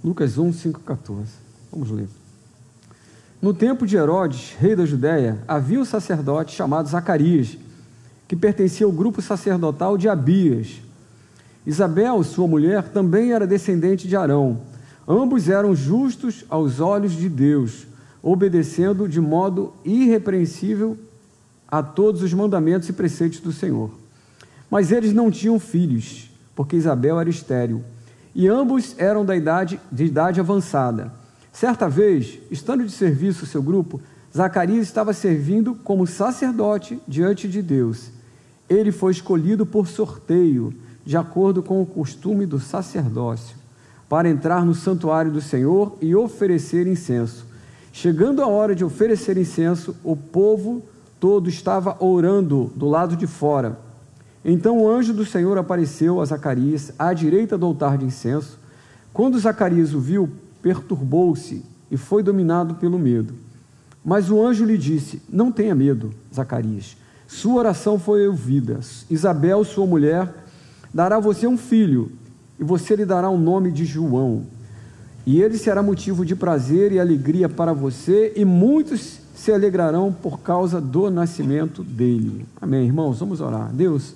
Lucas 1, 5, 14. Vamos ler. No tempo de Herodes, rei da Judéia, havia um sacerdote chamado Zacarias, que pertencia ao grupo sacerdotal de Abias. Isabel, sua mulher, também era descendente de Arão. Ambos eram justos aos olhos de Deus, obedecendo de modo irrepreensível a todos os mandamentos e preceitos do Senhor. Mas eles não tinham filhos, porque Isabel era estéril, e ambos eram de idade avançada. Certa vez, estando de serviço o seu grupo, Zacarias estava servindo como sacerdote diante de Deus. Ele foi escolhido por sorteio, de acordo com o costume do sacerdócio, para entrar no santuário do Senhor e oferecer incenso. Chegando a hora de oferecer incenso, o povo todo estava orando do lado de fora. Então o anjo do Senhor apareceu a Zacarias à direita do altar de incenso. Quando Zacarias o viu, perturbou-se e foi dominado pelo medo. Mas o anjo lhe disse: não tenha medo, Zacarias. Sua oração foi ouvida. Isabel, sua mulher, dará a você um filho, e você lhe dará o nome de João. E ele será motivo de prazer e alegria para você, e muitos se alegrarão por causa do nascimento dele. Amém, irmãos? Vamos orar. Deus,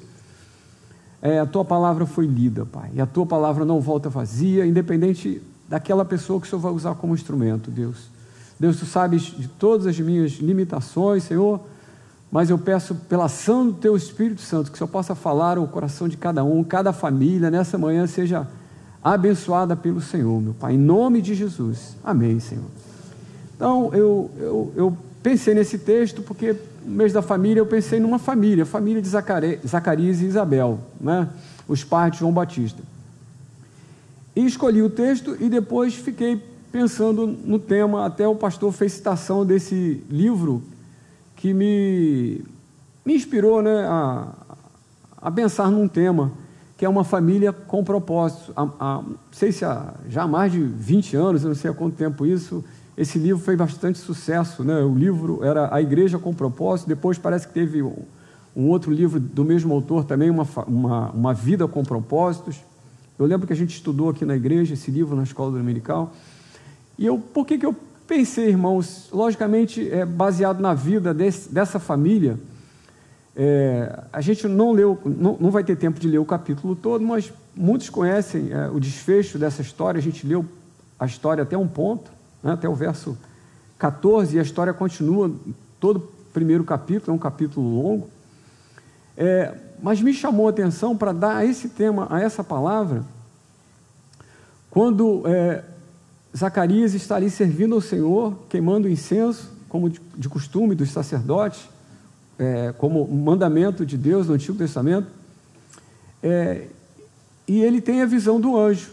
a Tua palavra foi lida, Pai, e a Tua palavra não volta vazia, independente daquela pessoa que o Senhor vai usar como instrumento, Deus. Deus, Tu sabes de todas as minhas limitações, Senhor, mas eu peço pela ação do Teu Espírito Santo, que o Senhor possa falar ao coração de cada um, cada família, nessa manhã seja abençoada pelo Senhor, meu Pai, em nome de Jesus. Amém, Senhor. Então, eu pensei nesse texto porque no mês da família eu pensei numa família, a família de Zacarias e Isabel, né? Os pais de João Batista. E escolhi o texto e depois fiquei pensando no tema, até o pastor fez citação desse livro que me inspirou, né, a pensar num tema, que é uma família com propósito. Não sei se já há mais de 20 anos, eu não sei há quanto tempo isso, esse livro fez bastante sucesso, né? O livro era A Igreja com Propósito, depois parece que teve um outro livro do mesmo autor também, uma Vida com Propósitos. Eu lembro que a gente estudou aqui na igreja esse livro na escola dominical. E por que eu pensei, irmãos, logicamente, baseado na vida dessa família, a gente não leu, não vai ter tempo de ler o capítulo todo, mas muitos conhecem o desfecho dessa história. A gente leu a história até um ponto, né, até o verso 14, e a história continua, todo o primeiro capítulo, é um capítulo longo, mas me chamou a atenção para dar esse tema, a essa palavra, quando Zacarias está ali servindo ao Senhor, queimando incenso, como de costume dos sacerdotes, como mandamento de Deus no Antigo Testamento, e ele tem a visão do anjo,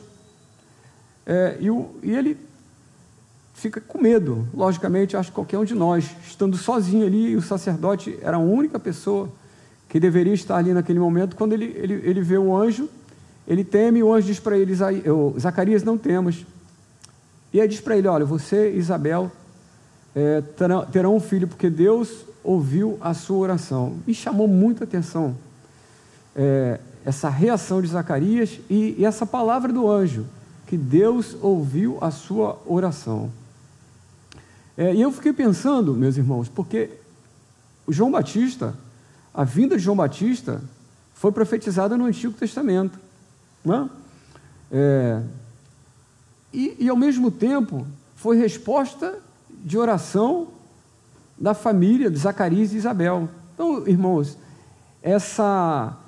e ele fica com medo, logicamente, acho que qualquer um de nós, estando sozinho ali, e o sacerdote era a única pessoa que deveria estar ali naquele momento. Quando ele vê o anjo, ele teme, e o anjo diz para ele: Zacarias, não temas. E aí diz para ele: olha, você e Isabel terão um filho, porque Deus ouviu a sua oração. Me chamou muita atenção essa reação de Zacarias e essa palavra do anjo, que Deus ouviu a sua oração. E eu fiquei pensando, meus irmãos, porque o João Batista, a vinda de João Batista foi profetizada no Antigo Testamento, não é? E ao mesmo tempo foi resposta de oração da família de Zacarias e Isabel. Então, irmãos, essa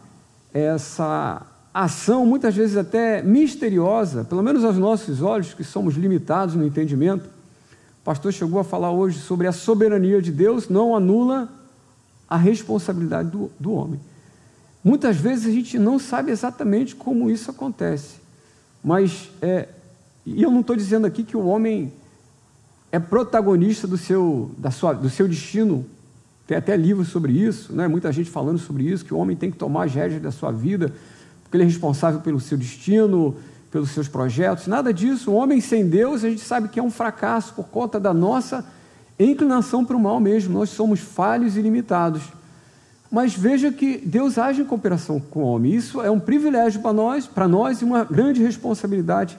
ação, muitas vezes até misteriosa, pelo menos aos nossos olhos, que somos limitados no entendimento, o pastor chegou a falar hoje sobre a soberania de Deus, não anula a responsabilidade do homem. Muitas vezes a gente não sabe exatamente como isso acontece, mas, e eu não estou dizendo aqui que o homem é protagonista do seu destino. Tem até livros sobre isso, né? Muita gente falando sobre isso, que o homem tem que tomar as rédeas da sua vida, porque ele é responsável pelo seu destino, pelos seus projetos. Nada disso. O homem sem Deus, a gente sabe que é um fracasso por conta da nossa inclinação para o mal mesmo. Nós somos falhos e limitados. Mas veja que Deus age em cooperação com o homem. Isso é um privilégio para nós e uma grande responsabilidade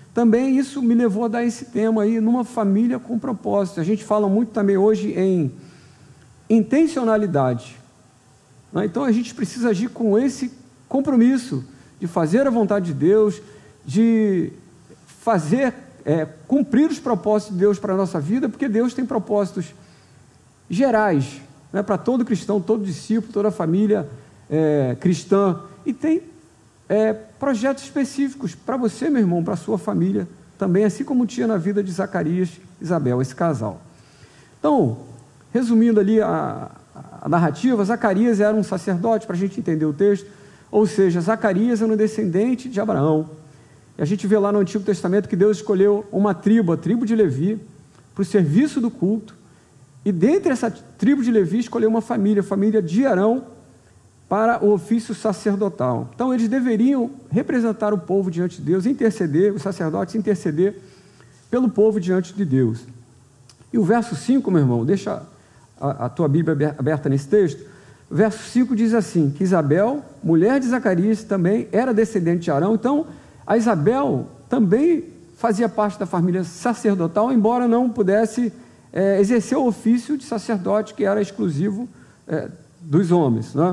também isso me levou a dar esse tema aí, numa família com propósito. A gente fala muito também hoje em intencionalidade, né? Então a gente precisa agir com esse compromisso de fazer a vontade de Deus, de fazer, cumprir os propósitos de Deus para a nossa vida, porque Deus tem propósitos gerais, né, para todo cristão, todo discípulo, toda família cristã, e tem projetos específicos para você, meu irmão, para a sua família também, assim como tinha na vida de Zacarias e Isabel, esse casal. Então, resumindo ali a narrativa, Zacarias era um sacerdote, para a gente entender o texto, ou seja, Zacarias era um descendente de Abraão. E a gente vê lá no Antigo Testamento que Deus escolheu uma tribo, a tribo de Levi, para o serviço do culto, e dentre essa tribo de Levi escolheu uma família, a família de Arão, para o ofício sacerdotal. Então eles deveriam representar o povo diante de Deus, interceder, os sacerdotes interceder pelo povo diante de Deus. E o verso 5, meu irmão, deixa a tua Bíblia aberta nesse texto. O verso 5 diz assim, que Isabel, mulher de Zacarias, também era descendente de Arão. Então a Isabel também fazia parte da família sacerdotal, embora não pudesse exercer o ofício de sacerdote, que era exclusivo dos homens, né?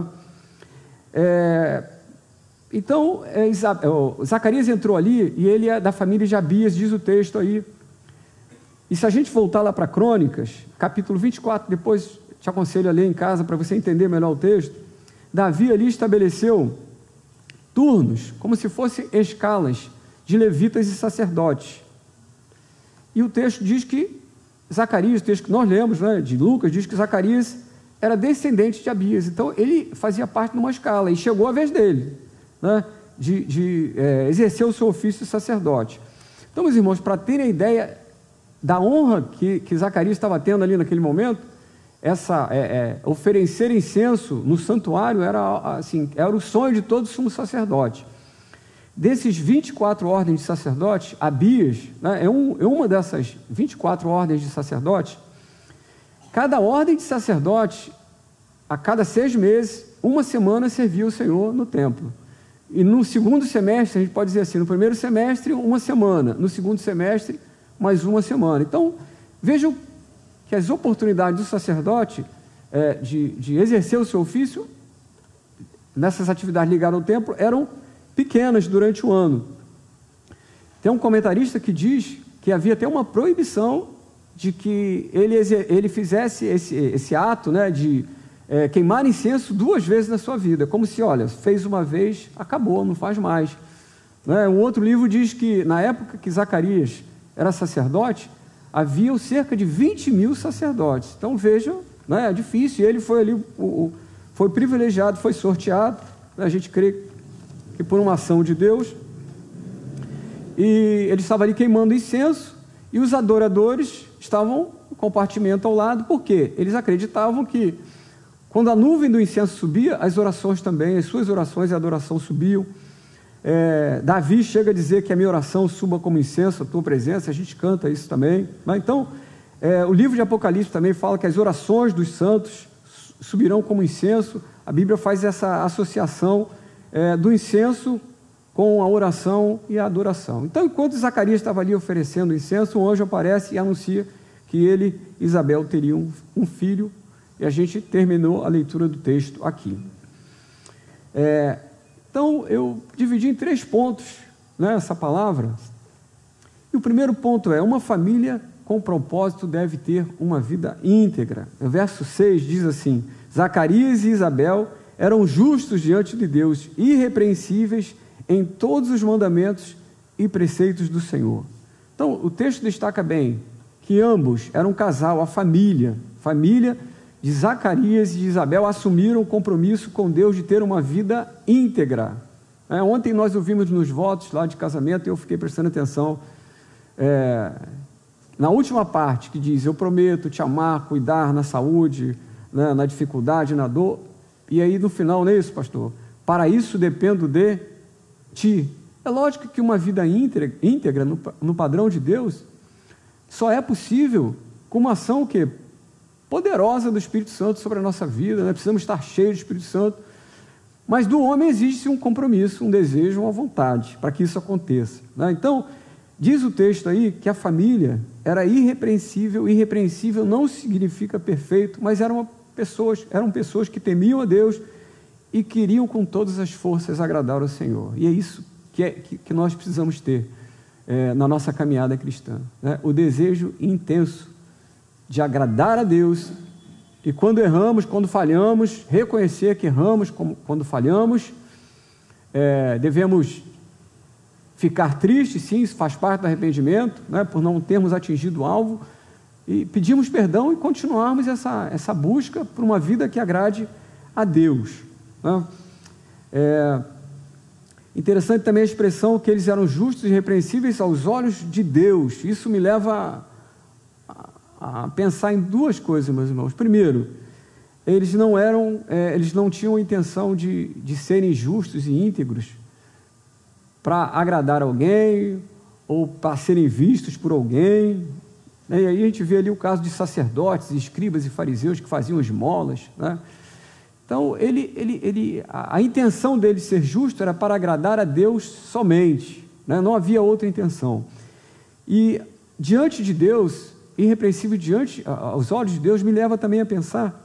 Então, Zacarias entrou ali, e ele é da família de Abias, diz o texto aí. E se a gente voltar lá para Crônicas, capítulo 24, depois te aconselho a ler em casa para você entender melhor o texto, Davi ali estabeleceu turnos, como se fossem escalas de levitas e sacerdotes. E o texto diz que Zacarias, o texto que nós lemos, né, de Lucas, diz que Zacarias era descendente de Abias. Então ele fazia parte de uma escala, e chegou a vez dele, né, de exercer o seu ofício de sacerdote. Então, meus irmãos, para terem a ideia da honra que Zacarias estava tendo ali naquele momento, oferecer incenso no santuário era o sonho de todo sumo sacerdote. Desses 24 ordens de sacerdotes, Abias, né, é uma dessas 24 ordens de sacerdotes. Cada ordem de sacerdote, a cada 6 meses, uma semana servia o Senhor no templo. E no segundo semestre, a gente pode dizer assim, no primeiro semestre, uma semana, no segundo semestre, mais uma semana. Então, vejam que as oportunidades do sacerdote de exercer o seu ofício, nessas atividades ligadas ao templo, eram pequenas durante o ano. Tem um comentarista que diz que havia até uma proibição de que ele fizesse esse ato, né, de queimar incenso 2 vezes na sua vida, como se, olha, fez uma vez, acabou, não faz mais. Né? Um outro livro diz que, na época que Zacarias era sacerdote, haviam cerca de 20.000 sacerdotes. Então, vejam, né, é difícil, e ele foi ali, foi privilegiado, foi sorteado, né, a gente crê que por uma ação de Deus, e ele estava ali queimando incenso, e os adoradores estavam no compartimento ao lado, porque eles acreditavam que quando a nuvem do incenso subia, as orações também, as suas orações e a adoração subiam. Davi chega a dizer que a minha oração suba como incenso, a tua presença, a gente canta isso também. Mas, então, o livro de Apocalipse também fala que as orações dos santos subirão como incenso. A Bíblia faz essa associação do incenso com a oração e a adoração. Então, enquanto Zacarias estava ali oferecendo incenso, um anjo aparece e anuncia que ele e Isabel teriam um filho, e a gente terminou a leitura do texto aqui. Então, eu dividi em 3 pontos, né, essa palavra. E o primeiro ponto uma família com propósito deve ter uma vida íntegra. O verso 6 diz assim, Zacarias e Isabel eram justos diante de Deus, irrepreensíveis em todos os mandamentos e preceitos do Senhor. Então, o texto destaca bem que ambos eram um casal, a família de Zacarias e de Isabel assumiram o compromisso com Deus de ter uma vida íntegra. Ontem nós ouvimos nos votos lá de casamento, e eu fiquei prestando atenção, na última parte que diz, eu prometo te amar, cuidar na saúde, né, na dificuldade, na dor, e aí no final, não é isso, pastor? Para isso dependo de ti. É lógico que uma vida íntegra no padrão de Deus só é possível com uma ação poderosa do Espírito Santo sobre a nossa vida, né? Precisamos estar cheios do Espírito Santo, mas do homem existe um compromisso, um desejo, uma vontade para que isso aconteça, né? Então, Diz o texto aí que a família era irrepreensível. Irrepreensível não significa perfeito, mas eram pessoas que temiam a Deus e queriam com todas as forças agradar ao Senhor. E é isso que nós precisamos ter na nossa caminhada cristã, né? O desejo intenso de agradar a Deus, e quando erramos, quando falhamos, reconhecer que erramos quando falhamos. Devemos ficar tristes, sim, isso faz parte do arrependimento, né, por não termos atingido o alvo, e pedimos perdão e continuarmos essa busca por uma vida que agrade a Deus, né? Interessante também a expressão que eles eram justos e irrepreensíveis aos olhos de Deus. Isso me leva a pensar em duas coisas, meus irmãos. Primeiro, eles não tinham a intenção de serem justos e íntegros para agradar alguém ou para serem vistos por alguém. E aí a gente vê ali o caso de sacerdotes, escribas e fariseus que faziam esmolas, né? Então, a intenção dele ser justo era para agradar a Deus somente, né? Não havia outra intenção. E diante de Deus, irrepreensível aos olhos de Deus, me leva também a pensar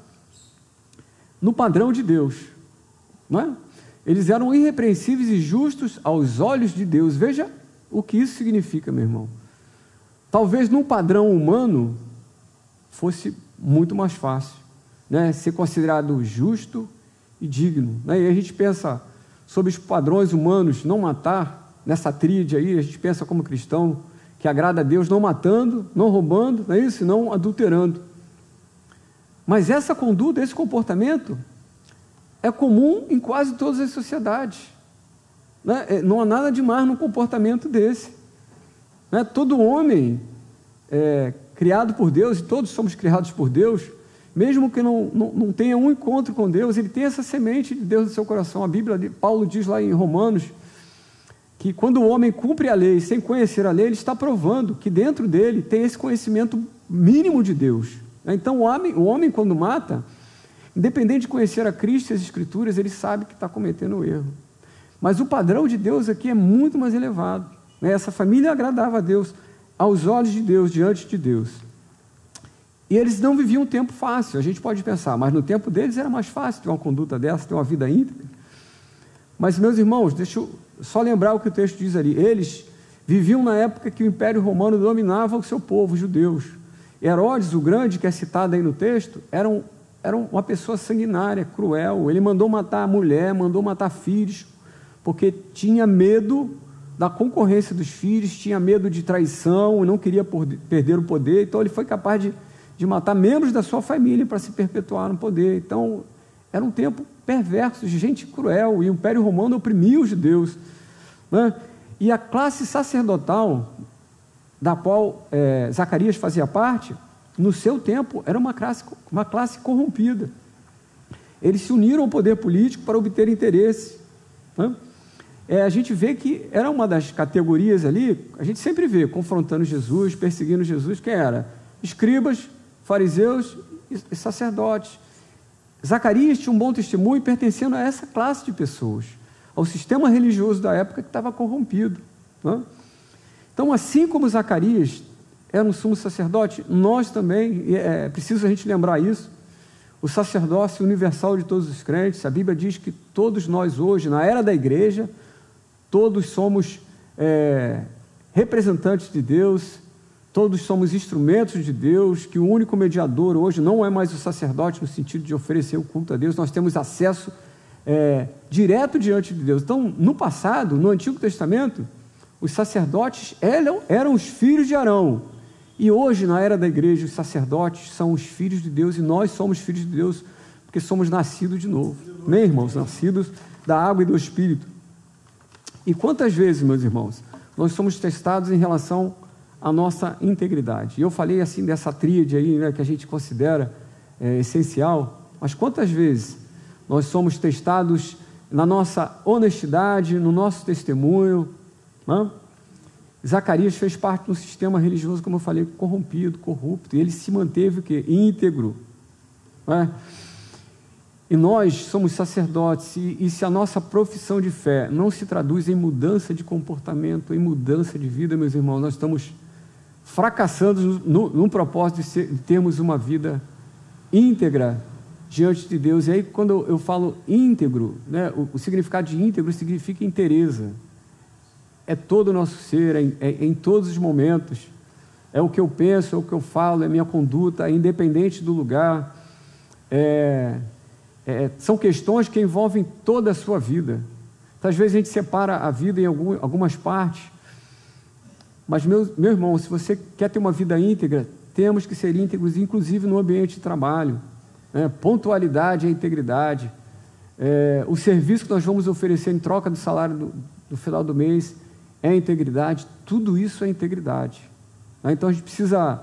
no padrão de Deus, não é? Eles eram irrepreensíveis e justos aos olhos de Deus. Veja o que isso significa, meu irmão. Talvez num padrão humano fosse muito mais fácil, né, ser considerado justo e digno, né? E a gente pensa sobre os padrões humanos, não matar, nessa tríade aí, a gente pensa como cristão, que agrada a Deus não matando, não roubando, não é isso? Não adulterando. Mas essa conduta, esse comportamento é comum em quase todas as sociedades, né? Não há nada demais num comportamento desse, né? Todo homem criado por Deus, e todos somos criados por Deus, mesmo que não tenha um encontro com Deus, ele tem essa semente de Deus no seu coração. A Bíblia, Paulo diz lá em Romanos, que quando o homem cumpre a lei sem conhecer a lei, ele está provando que dentro dele tem esse conhecimento mínimo de Deus. Então o homem quando mata, independente de conhecer a Cristo e as Escrituras, ele sabe que está cometendo um erro. Mas o padrão de Deus aqui é muito mais elevado, né? Essa família agradava a Deus, aos olhos de Deus, diante de Deus. E eles não viviam um tempo fácil. A gente pode pensar, mas no tempo deles era mais fácil ter uma conduta dessa, ter uma vida íntegra. Mas, meus irmãos, deixa eu só lembrar o que o texto diz ali. Eles viviam na época que o Império Romano dominava o seu povo, os judeus. Herodes, o Grande, que é citado aí no texto, era uma pessoa sanguinária, cruel. Ele mandou matar a mulher, mandou matar filhos, porque tinha medo da concorrência dos filhos, tinha medo de traição, não queria perder o poder. Então ele foi capaz de matar membros da sua família para se perpetuar no poder. Então era um tempo perverso, de gente cruel, e o Império Romano oprimia os judeus, né? E a classe sacerdotal da qual Zacarias fazia parte, no seu tempo, era uma classe corrompida. Eles se uniram ao poder político para obter interesse, né? A gente vê que era uma das categorias ali, a gente sempre vê, confrontando Jesus, perseguindo Jesus, que era escribas, fariseus e sacerdotes. Zacarias tinha um bom testemunho pertencendo a essa classe de pessoas, ao sistema religioso da época que estava corrompido, né? Então, assim como Zacarias era um sumo sacerdote, nós também, é preciso a gente lembrar isso, o sacerdócio universal de todos os crentes. A Bíblia diz que todos nós hoje, na era da igreja, todos somos representantes de Deus, todos somos instrumentos de Deus, que o único mediador hoje não é mais o sacerdote no sentido de oferecer o culto a Deus, nós temos acesso direto diante de Deus. Então, no passado, no Antigo Testamento, os sacerdotes eram os filhos de Arão, e hoje, na era da igreja, os sacerdotes são os filhos de Deus, e nós somos filhos de Deus, porque somos nascidos de novo, né, irmãos? Nascidos da água e do Espírito. E quantas vezes, meus irmãos, nós somos testados em relação à nossa integridade? E eu falei assim dessa tríade aí, né, que a gente considera essencial, mas quantas vezes nós somos testados na nossa honestidade, no nosso testemunho, né? Zacarias fez parte de um sistema religioso, como eu falei, corrompido, corrupto, e ele se manteve o quê? Íntegro, né? E nós somos sacerdotes, e se a nossa profissão de fé não se traduz em mudança de comportamento, em mudança de vida, meus irmãos, nós estamos fracassando no propósito de termos uma vida íntegra diante de Deus. E aí, quando eu falo íntegro, né, o significado de íntegro significa inteireza. É todo o nosso ser, em todos os momentos. É o que eu penso, é o que eu falo, é a minha conduta, é independente do lugar. São questões que envolvem toda a sua vida. Então, às vezes a gente separa a vida em algumas partes, mas, meu irmão, se você quer ter uma vida íntegra, temos que ser íntegros, inclusive no ambiente de trabalho. Pontualidade é integridade. O serviço que nós vamos oferecer em troca do salário do final do mês é integridade. Tudo isso é integridade. Então a gente precisa,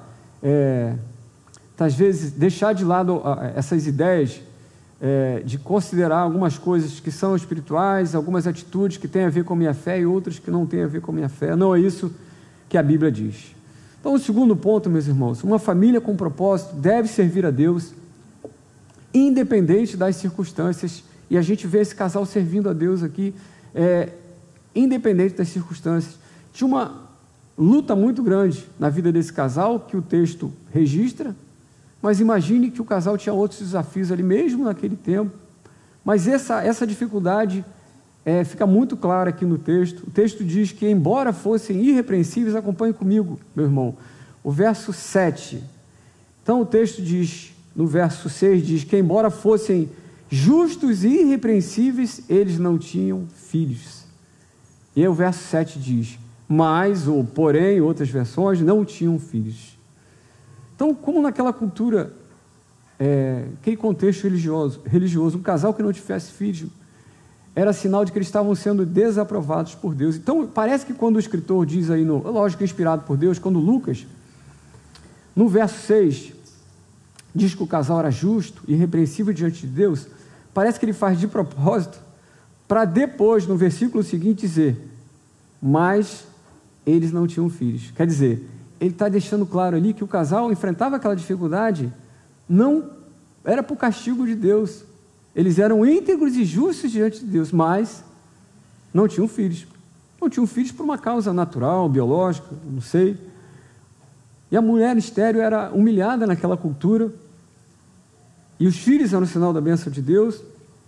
às vezes, deixar de lado essas ideias de considerar algumas coisas que são espirituais, algumas atitudes que têm a ver com a minha fé e outras que não têm a ver com a minha fé. Não é isso que a Bíblia diz. Então, o segundo ponto, meus irmãos, uma família com propósito deve servir a Deus, independente das circunstâncias, e a gente vê esse casal servindo a Deus aqui, independente das circunstâncias. Tinha uma luta muito grande na vida desse casal, que o texto registra, mas imagine que o casal tinha outros desafios ali, mesmo naquele tempo, mas essa dificuldade fica muito clara aqui no texto. O texto diz que, embora fossem irrepreensíveis, acompanhe comigo, meu irmão, o verso 7. Então o texto diz, no verso 6, diz que, embora fossem justos e irrepreensíveis, eles não tinham filhos. E aí o verso 7 diz, mas, ou porém, em outras versões, não tinham filhos. Então, como naquela cultura, aquele contexto religioso, um casal que não tivesse filhos, era sinal de que eles estavam sendo desaprovados por Deus. Então, parece que quando o escritor diz aí, lógico, inspirado por Deus, quando Lucas, no verso 6, diz que o casal era justo e irrepreensível diante de Deus, parece que ele faz de propósito, para depois, no versículo seguinte, dizer, mas eles não tinham filhos. Quer dizer, ele está deixando claro ali que o casal enfrentava aquela dificuldade, não era por castigo de Deus. Eles eram íntegros e justos diante de Deus, mas não tinham filhos. Não tinham filhos por uma causa natural, biológica, não sei. E a mulher estéril era humilhada naquela cultura, e os filhos eram o sinal da bênção de Deus.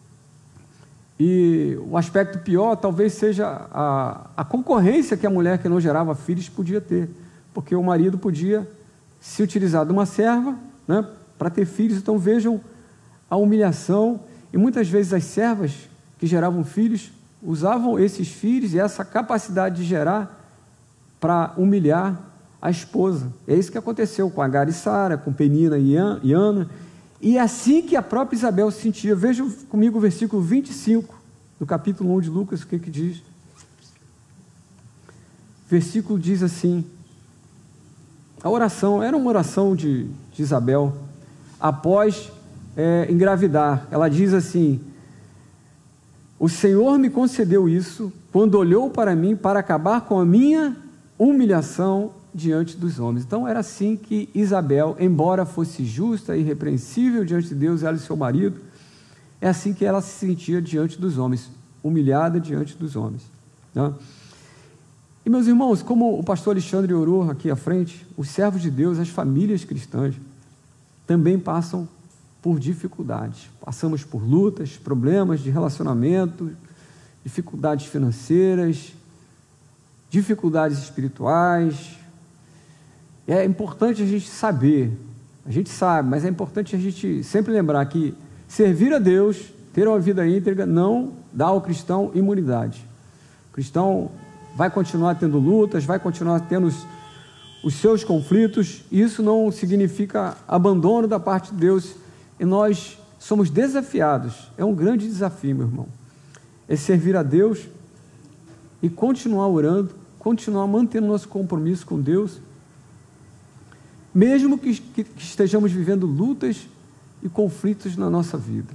E o aspecto pior talvez seja a concorrência que a mulher que não gerava filhos podia ter, porque o marido podia se utilizar de uma serva, né, para ter filhos. Então vejam a humilhação, e muitas vezes as servas que geravam filhos usavam esses filhos e essa capacidade de gerar para humilhar a esposa. É isso que aconteceu com Agar e Sara, com Penina e Ana, e é assim que a própria Isabel se sentia. Vejam comigo o versículo 25 do capítulo 1 de Lucas, o que diz. O versículo diz assim, a oração, era uma oração de Isabel, após engravidar. Ela diz assim, o Senhor me concedeu isso, quando olhou para mim, para acabar com a minha humilhação diante dos homens. Então era assim que Isabel, embora fosse justa e irrepreensível diante de Deus, ela e seu marido, é assim que ela se sentia diante dos homens, humilhada diante dos homens, né? E, meus irmãos, como o pastor Alexandre orou aqui à frente, os servos de Deus, as famílias cristãs, também passam por dificuldades. Passamos por lutas, problemas de relacionamento, dificuldades financeiras, dificuldades espirituais. É importante a gente saber, a gente sabe, mas é importante a gente sempre lembrar que servir a Deus, ter uma vida íntegra, não dá ao cristão imunidade. O cristão vai continuar tendo lutas, vai continuar tendo os seus conflitos, e isso não significa abandono da parte de Deus, e nós somos desafiados, é um grande desafio, meu irmão, é servir a Deus e continuar orando, continuar mantendo nosso compromisso com Deus, mesmo que estejamos vivendo lutas e conflitos na nossa vida.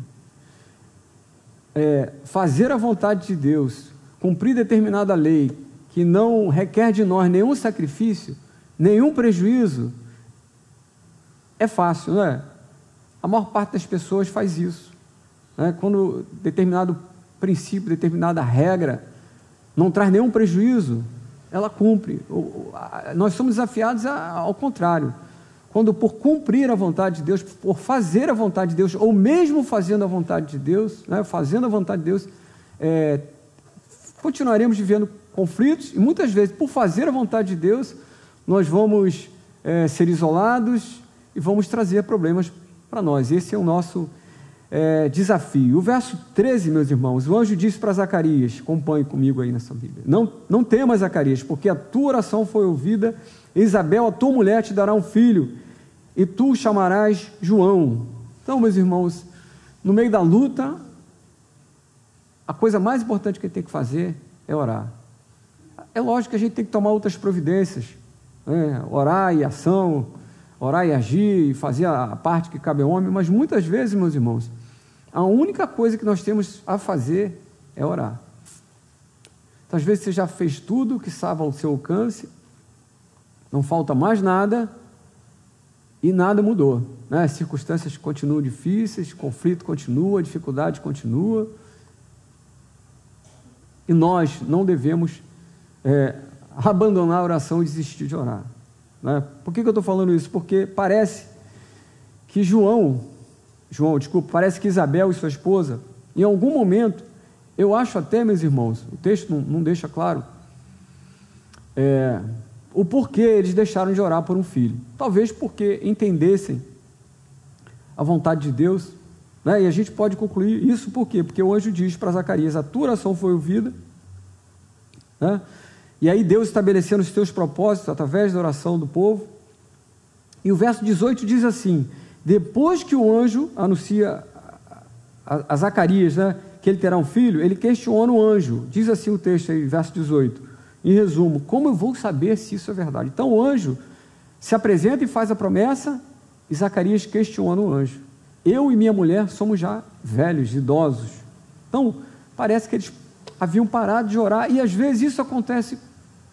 Fazer a vontade de Deus, cumprir determinada lei, que não requer de nós nenhum sacrifício, nenhum prejuízo, é fácil, não é? A maior parte das pessoas faz isso. né? Quando determinado princípio, determinada regra não traz nenhum prejuízo, ela cumpre. Nós somos desafiados ao contrário. Quando por cumprir a vontade de Deus, por fazer a vontade de Deus, ou mesmo fazendo a vontade de Deus, né, fazendo a vontade de Deus, continuaremos vivendo conflitos, e muitas vezes, por fazer a vontade de Deus, nós vamos ser isolados e vamos trazer problemas para nós. Esse é o nosso desafio. O verso 13, meus irmãos, o anjo disse para Zacarias, acompanhe comigo aí nessa Bíblia: não temas, Zacarias, porque a tua oração foi ouvida, Isabel, a tua mulher, te dará um filho, e tu o chamarás João. Então, meus irmãos, no meio da luta, a coisa mais importante que a gente tem que fazer é orar. É lógico que a gente tem que tomar outras providências, né? Orar e ação, orar e agir, e fazer a parte que cabe ao homem, mas muitas vezes, meus irmãos, a única coisa que nós temos a fazer é orar. Então, às vezes você já fez tudo que estava ao seu alcance, não falta mais nada, e nada mudou, né? As circunstâncias continuam difíceis, conflito continua, dificuldade continua, e nós não devemos abandonar a oração e desistir de orar, né? Por que eu estou falando isso? Porque parece que parece que Isabel e sua esposa, em algum momento, eu acho até, meus irmãos, o texto não deixa claro, o porquê eles deixaram de orar por um filho. Talvez porque entendessem a vontade de Deus, né? E a gente pode concluir isso por quê? Porque o anjo diz para Zacarias: a tua oração foi ouvida, né? E aí Deus estabelecendo os teus propósitos através da oração do povo. E o verso 18 diz assim: depois que o anjo anuncia a Zacarias, né, que ele terá um filho, ele questiona o anjo. Diz assim o texto aí, verso 18. Em resumo, como eu vou saber se isso é verdade? Então o anjo se apresenta e faz a promessa, e Zacarias questiona o anjo: eu e minha mulher somos já velhos, idosos. Então, parece que eles haviam parado de orar, e às vezes isso acontece com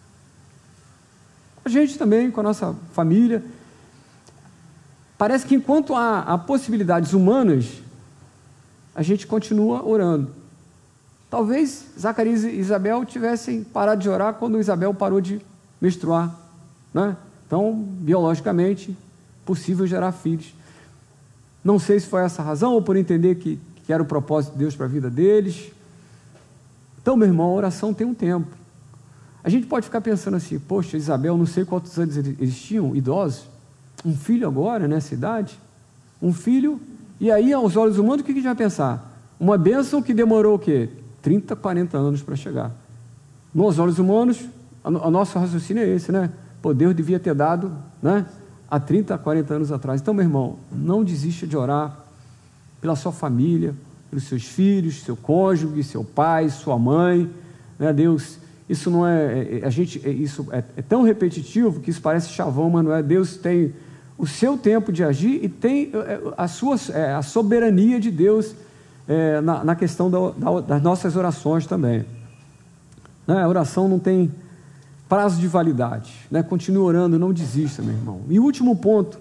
a gente também, com a nossa família. Parece que enquanto há possibilidades humanas, a gente continua orando. Talvez Zacarias e Isabel tivessem parado de orar quando Isabel parou de menstruar, né? Então, biologicamente, possível gerar filhos. Não sei se foi essa a razão, ou por entender que era o propósito de Deus para a vida deles. Então, meu irmão, a oração tem um tempo. A gente pode ficar pensando assim: poxa, Isabel, não sei quantos anos eles tinham, idosos, um filho agora, nessa idade, um filho, e aí, aos olhos humanos, o que a gente vai pensar? Uma bênção que demorou o quê? 30, 40 anos para chegar. Nos olhos humanos, o nosso raciocínio é esse, né? Pô, Deus devia ter dado, né, há 30, 40 anos atrás. Então, meu irmão, não desista de orar pela sua família, pelos seus filhos, seu cônjuge, seu pai, sua mãe, né? Deus, isso não isso é tão repetitivo que isso parece chavão, mas não é. Deus tem o seu tempo de agir e tem a soberania de Deus na questão das nossas orações também, né? A oração não tem prazo de validade, né? Continue orando, não desista, meu irmão. E o último ponto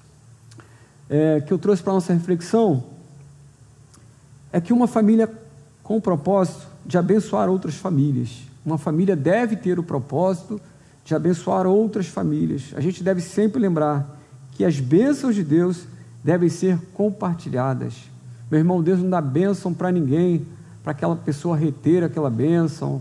que eu trouxe para a nossa reflexão é que uma família com o propósito de abençoar outras famílias, uma família deve ter o propósito de abençoar outras famílias. A gente deve sempre lembrar que as bênçãos de Deus devem ser compartilhadas. Meu irmão, Deus não dá bênção para ninguém, para aquela pessoa reter aquela bênção,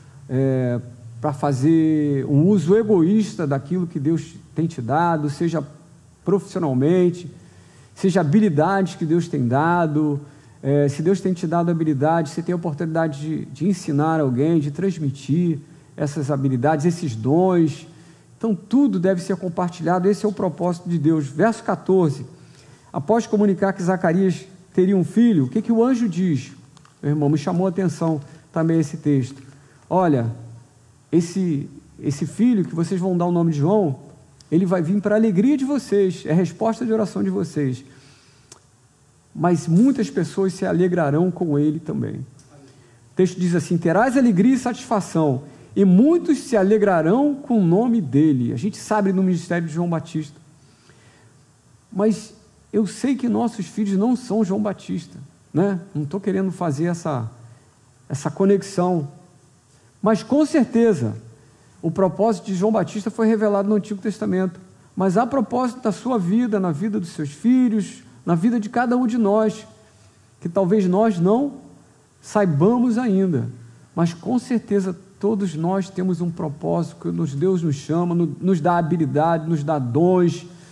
para fazer um uso egoísta daquilo que Deus tem te dado, seja profissionalmente, seja habilidades que Deus tem dado. Se Deus tem te dado habilidade, você tem a oportunidade de ensinar alguém, de transmitir essas habilidades, esses dons. Então tudo deve ser compartilhado, esse é o propósito de Deus. Verso 14, após comunicar que Zacarias teria um filho, o que o anjo diz? Meu irmão, me chamou a atenção também esse texto. Olha, esse filho que vocês vão dar o nome de João, ele vai vir para a alegria de vocês, é a resposta de oração de vocês, mas muitas pessoas se alegrarão com ele também. O texto diz assim: terás alegria e satisfação, e muitos se alegrarão com o nome dele. A gente sabe no ministério de João Batista, mas eu sei que nossos filhos não são João Batista, né? Não estou querendo fazer essa conexão, mas com certeza o propósito de João Batista foi revelado no Antigo Testamento, mas há propósito da sua vida, na vida dos seus filhos, na vida de cada um de nós, que talvez nós não saibamos ainda, mas com certeza todos nós temos um propósito que Deus nos chama, nos dá habilidade, nos dá dons,